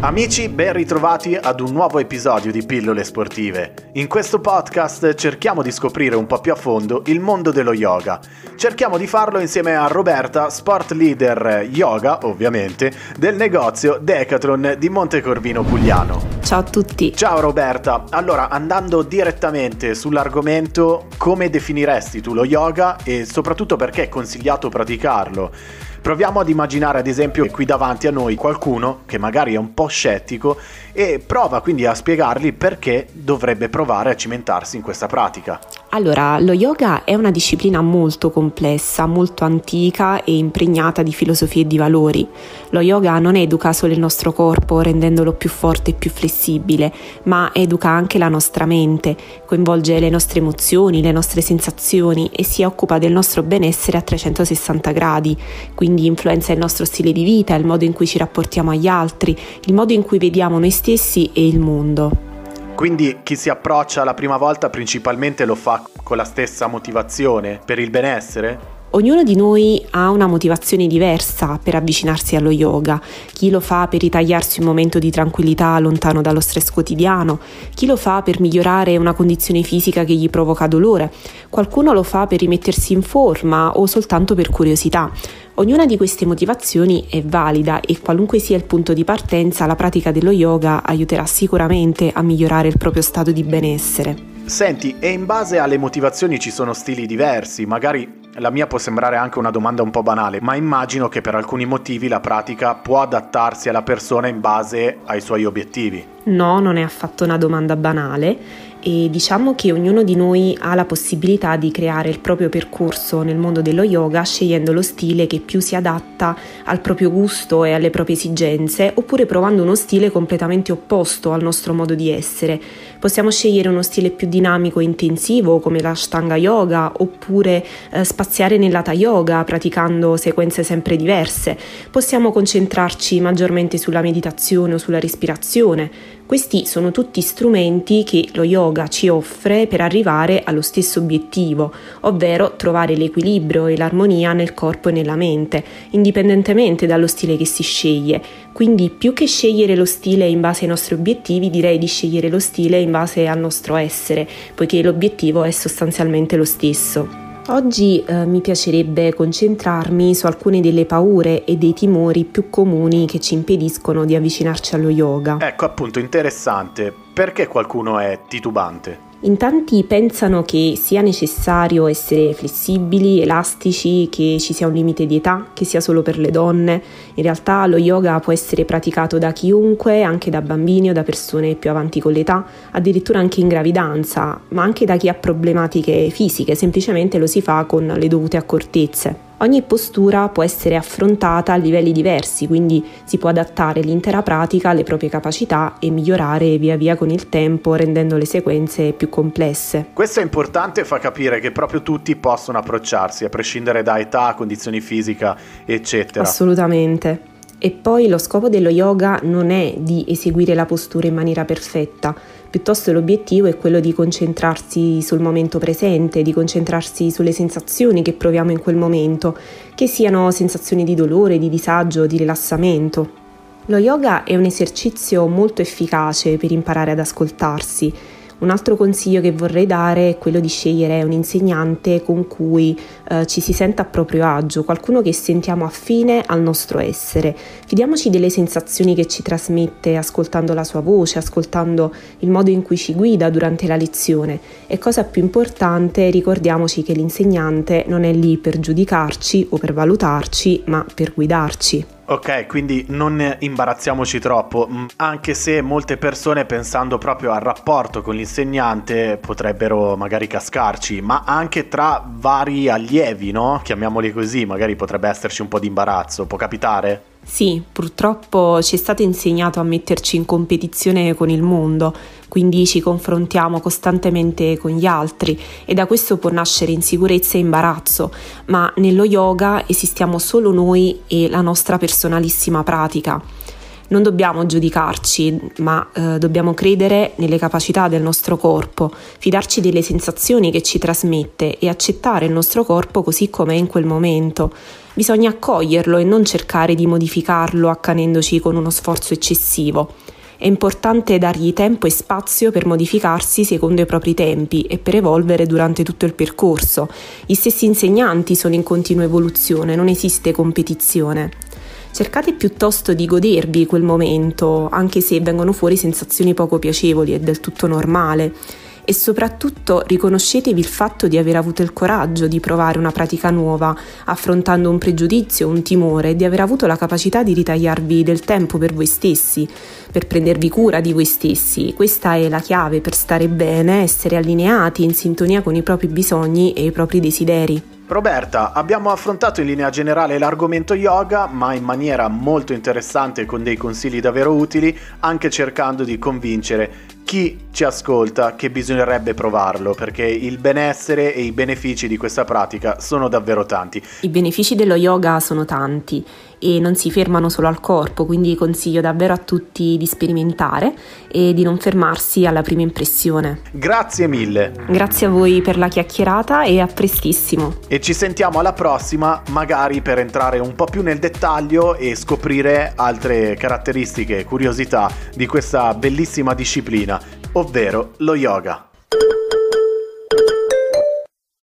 Amici, ben ritrovati ad un nuovo episodio di Pillole Sportive. In questo podcast cerchiamo di scoprire un po' più a fondo il mondo dello yoga. Cerchiamo di farlo insieme a Roberta, sport leader yoga, ovviamente, del negozio Decathlon di Montecorvino Pugliano. Ciao a tutti. Ciao Roberta, allora andando direttamente sull'argomento, come definiresti tu lo yoga e soprattutto perché è consigliato praticarlo? Proviamo ad immaginare ad esempio qui davanti a noi qualcuno che magari è un po' scettico e prova quindi a spiegargli perché dovrebbe provare a cimentarsi in questa pratica. Allora, lo yoga è una disciplina molto complessa, molto antica e impregnata di filosofie e di valori. Lo yoga non educa solo il nostro corpo rendendolo più forte e più flessibile, ma educa anche la nostra mente, coinvolge le nostre emozioni, le nostre sensazioni e si occupa del nostro benessere a 360 gradi, quindi influenza il nostro stile di vita, il modo in cui ci rapportiamo agli altri, il modo in cui vediamo noi stessi e il mondo. Quindi chi si approccia la prima volta principalmente lo fa con la stessa motivazione per il benessere? Ognuno di noi ha una motivazione diversa per avvicinarsi allo yoga. Chi lo fa per ritagliarsi un momento di tranquillità lontano dallo stress quotidiano, chi lo fa per migliorare una condizione fisica che gli provoca dolore, qualcuno lo fa per rimettersi in forma o soltanto per curiosità. Ognuna di queste motivazioni è valida e qualunque sia il punto di partenza, la pratica dello yoga aiuterà sicuramente a migliorare il proprio stato di benessere. Senti, e in base alle motivazioni ci sono stili diversi, magari la mia può sembrare anche una domanda un po' banale, ma immagino che per alcuni motivi la pratica può adattarsi alla persona in base ai suoi obiettivi. No, non è affatto una domanda banale e diciamo che ognuno di noi ha la possibilità di creare il proprio percorso nel mondo dello yoga scegliendo lo stile che più si adatta al proprio gusto e alle proprie esigenze, oppure provando uno stile completamente opposto al nostro modo di essere. Possiamo scegliere uno stile più dinamico e intensivo come l'Ashtanga Yoga, oppure spaziare nell'Hatha Yoga praticando sequenze sempre diverse. Possiamo concentrarci maggiormente sulla meditazione o sulla respirazione. Questi sono tutti strumenti che lo yoga ci offre per arrivare allo stesso obiettivo, ovvero trovare l'equilibrio e l'armonia nel corpo e nella mente, indipendentemente dallo stile che si sceglie. Quindi più che scegliere lo stile in base ai nostri obiettivi, direi di scegliere lo stile in base al nostro essere, poiché l'obiettivo è sostanzialmente lo stesso. Oggi mi piacerebbe concentrarmi su alcune delle paure e dei timori più comuni che ci impediscono di avvicinarci allo yoga. Ecco appunto, interessante. Perché qualcuno è titubante? In tanti pensano che sia necessario essere flessibili, elastici, che ci sia un limite di età, che sia solo per le donne. In realtà lo yoga può essere praticato da chiunque, anche da bambini o da persone più avanti con l'età, addirittura anche in gravidanza, ma anche da chi ha problematiche fisiche, semplicemente lo si fa con le dovute accortezze. Ogni postura può essere affrontata a livelli diversi, quindi si può adattare l'intera pratica alle proprie capacità e migliorare via via con il tempo, rendendo le sequenze più complesse. Questo è importante e fa capire che proprio tutti possono approcciarsi, a prescindere da età, condizioni fisiche, eccetera. Assolutamente. E poi lo scopo dello yoga non è di eseguire la postura in maniera perfetta, piuttosto l'obiettivo è quello di concentrarsi sul momento presente, di concentrarsi sulle sensazioni che proviamo in quel momento, che siano sensazioni di dolore, di disagio, di rilassamento. Lo yoga è un esercizio molto efficace per imparare ad ascoltarsi. Un altro consiglio che vorrei dare è quello di scegliere un insegnante con cui ci si senta a proprio agio, qualcuno che sentiamo affine al nostro essere. Fidiamoci delle sensazioni che ci trasmette ascoltando la sua voce, ascoltando il modo in cui ci guida durante la lezione. E cosa più importante, ricordiamoci che l'insegnante non è lì per giudicarci o per valutarci, ma per guidarci. Ok, quindi non imbarazziamoci troppo, anche se molte persone pensando proprio al rapporto con l'insegnante potrebbero magari cascarci, ma anche tra vari allievi, no? Chiamiamoli così, magari potrebbe esserci un po' di imbarazzo, può capitare? Sì, purtroppo ci è stato insegnato a metterci in competizione con il mondo, quindi ci confrontiamo costantemente con gli altri e da questo può nascere insicurezza e imbarazzo, ma nello yoga esistiamo solo noi e la nostra personalissima pratica. Non dobbiamo giudicarci, ma dobbiamo credere nelle capacità del nostro corpo, fidarci delle sensazioni che ci trasmette e accettare il nostro corpo così com'è in quel momento. Bisogna accoglierlo e non cercare di modificarlo accanendoci con uno sforzo eccessivo. È importante dargli tempo e spazio per modificarsi secondo i propri tempi e per evolvere durante tutto il percorso. Gli stessi insegnanti sono in continua evoluzione, non esiste competizione. Cercate piuttosto di godervi quel momento, anche se vengono fuori sensazioni poco piacevoli, è del tutto normale. E soprattutto riconoscetevi il fatto di aver avuto il coraggio di provare una pratica nuova, affrontando un pregiudizio, un timore, e di aver avuto la capacità di ritagliarvi del tempo per voi stessi, per prendervi cura di voi stessi. Questa è la chiave per stare bene, essere allineati, in sintonia con i propri bisogni e i propri desideri. Roberta, abbiamo affrontato in linea generale l'argomento yoga, ma in maniera molto interessante, con dei consigli davvero utili, anche cercando di convincere chi ci ascolta che bisognerebbe provarlo, perché il benessere e i benefici di questa pratica sono davvero tanti. I benefici dello yoga sono tanti e non si fermano solo al corpo, quindi consiglio davvero a tutti di sperimentare e di non fermarsi alla prima impressione. Grazie mille. Grazie a voi per la chiacchierata e a prestissimo. E ci sentiamo alla prossima, magari per entrare un po' più nel dettaglio e scoprire altre caratteristiche e curiosità di questa bellissima disciplina, ovvero lo yoga.